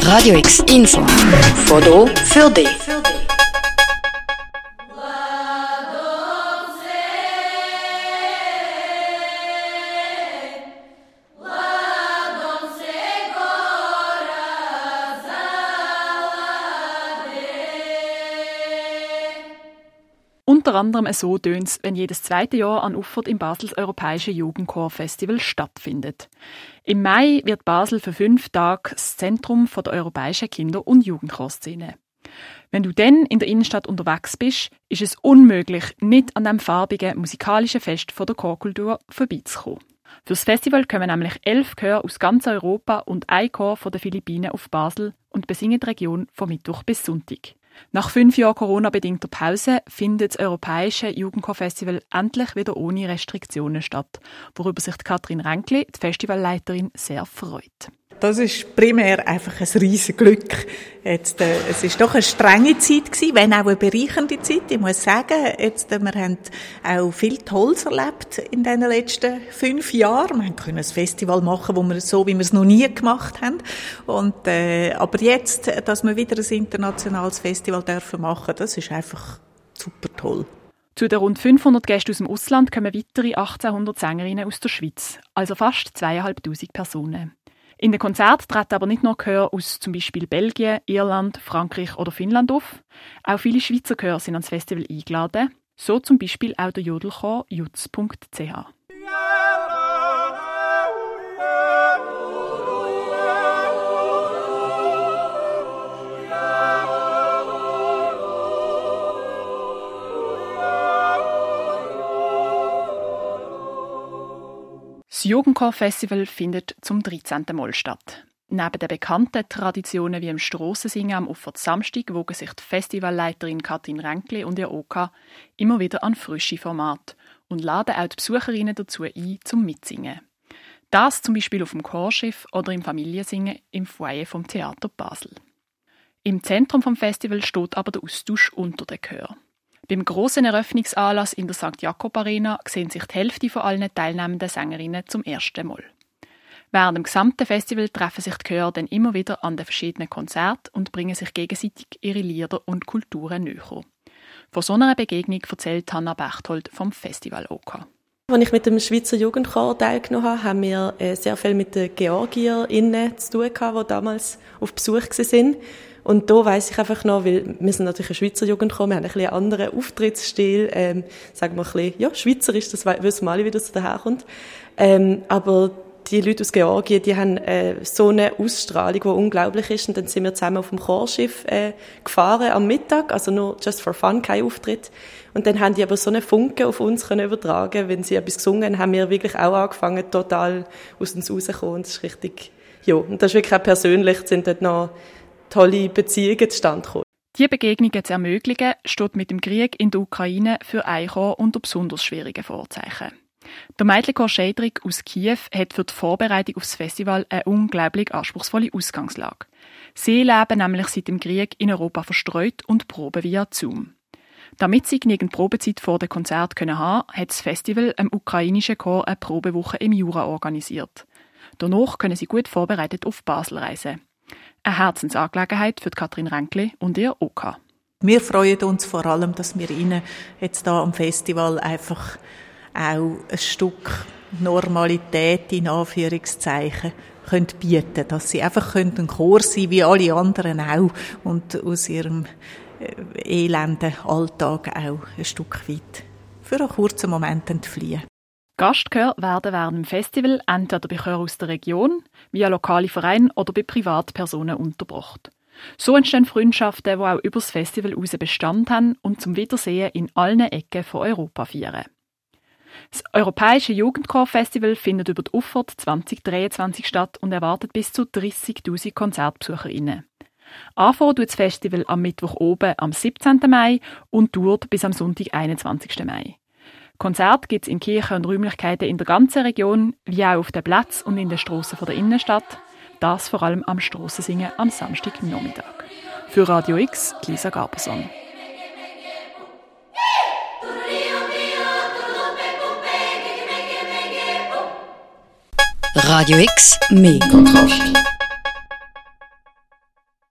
Radio X Info. Foto für dich. Unter anderem so tönt es, wenn jedes zweite Jahr an Uffert im Basel das Europäische Jugendchor-Festival stattfindet. Im Mai wird Basel für 5 Tage das Zentrum der europäischen Kinder- und Jugendchorszene. Wenn du dann in der Innenstadt unterwegs bist, ist es unmöglich, nicht an dem farbigen musikalischen Fest der Chorkultur vorbeizukommen. Für das Festival kommen nämlich 11 Chöre aus ganz Europa und ein Chor von den Philippinen auf Basel und besingen die Region von Mittwoch bis Sonntag. Nach 5 Jahren Corona-bedingter Pause findet das Europäische Jugendchor-Festival endlich wieder ohne Restriktionen statt, worüber sich Katrin Ränkli, die Festivalleiterin, sehr freut. Das ist primär einfach ein riesiges Glück. Jetzt, es ist doch eine strenge Zeit gewesen, wenn auch eine bereichernde Zeit. Ich muss sagen, wir haben auch viel Tolles erlebt in den letzten 5 Jahren. Wir können ein Festival machen, wie wir es noch nie gemacht haben. Und, aber jetzt, dass wir wieder ein internationales Festival machen dürfen, das ist einfach super toll. Zu den rund 500 Gästen aus dem Ausland kommen weitere 1800 Sängerinnen aus der Schweiz, also fast 2500 Personen. In den Konzerten treten aber nicht nur Chöre aus zum Beispiel Belgien, Irland, Frankreich oder Finnland auf. Auch viele Schweizer Chöre sind ans Festival eingeladen, so zum Beispiel auch der Jodelchor jutz.ch. Das Jugendchor-Festival findet zum 13. Mal statt. Neben den bekannten Traditionen wie dem Strassensingen am Uffert-Samstag wogen sich die Festivalleiterin Katrin Ränkli und ihr OK immer wieder an frische Formate und laden auch die Besucherinnen dazu ein, zum Mitsingen. Das zum Beispiel auf dem Chorschiff oder im Familiensingen im Foyer vom Theater Basel. Im Zentrum des Festivals steht aber der Austausch unter den Chören. Beim grossen Eröffnungsanlass in der St. Jakob Arena sehen sich die Hälfte von allen teilnehmenden Sängerinnen zum ersten Mal. Während dem gesamten Festival treffen sich die Chöre dann immer wieder an den verschiedenen Konzerten und bringen sich gegenseitig ihre Lieder und Kulturen näher. Von so einer Begegnung erzählt Hanna Berthold vom Festival OK. Als ich mit dem Schweizer Jugendchor teilgenommen habe, haben wir sehr viel mit den GeorgierInnen zu tun gehabt, die damals auf Besuch waren. Und da weiss ich einfach noch, weil wir sind natürlich ein Schweizer Jugendchor, wir haben ein bisschen anderen Auftrittsstil, sagen wir ein bisschen, ja, schweizerisch, das wissen wir alle, wie das daherkommt. Aber die Leute aus Georgien, die haben so eine Ausstrahlung, die unglaublich ist. Und dann sind wir zusammen auf dem Chorschiff gefahren am Mittag, also nur just for fun, kein Auftritt. Und dann haben die aber so einen Funken auf uns können übertragen, wenn sie etwas gesungen haben, haben wir wirklich auch angefangen, total aus uns rauszukommen. Und das ist richtig, ja, und das ist wirklich auch persönlich, sind dort noch tolle Beziehungen zustande gekommen. Diese Begegnungen zu ermöglichen, steht mit dem Krieg in der Ukraine für ein Chor unter besonders schwierigen Vorzeichen. Der Mädchenchor Schädrig aus Kiew hat für die Vorbereitung auf das Festival eine unglaublich anspruchsvolle Ausgangslage. Sie leben nämlich seit dem Krieg in Europa verstreut und proben via Zoom. Damit sie genügend Probezeit vor dem Konzert haben, hat das Festival einem ukrainischen Chor eine Probewoche im Jura organisiert. Danach können sie gut vorbereitet auf Basel reisen. Eine Herzensangelegenheit für Katrin Ränkli und ihr OK. Wir freuen uns vor allem, dass wir Ihnen jetzt hier am Festival einfach auch ein Stück Normalität in Anführungszeichen können bieten, dass sie einfach ein Chor sein wie alle anderen auch und aus ihrem elenden Alltag auch ein Stück weit für einen kurzen Moment entfliehen. Gastchöre werden während dem Festival entweder bei Chören aus der Region, via lokale Vereine oder bei Privatpersonen untergebracht. So entstehen Freundschaften, die auch über das Festival hinaus Bestand haben und zum Wiedersehen in allen Ecken von Europa feiern. Das Europäische Jugendchor-Festival findet über die Uffert 2023 statt und erwartet bis zu 30'000 KonzertbesucherInnen. Anfangen tut das Festival am Mittwoch oben am 17. Mai und dauert bis am Sonntag, 21. Mai. Konzerte gibt es in Kirchen und Räumlichkeiten in der ganzen Region, wie auch auf den Plätzen und in den Strassen der Innenstadt. Das vor allem am Strassensingen am Samstagnachmittag. Für Radio X, Lisa Gaberson. Radio X, mehr Kontrast.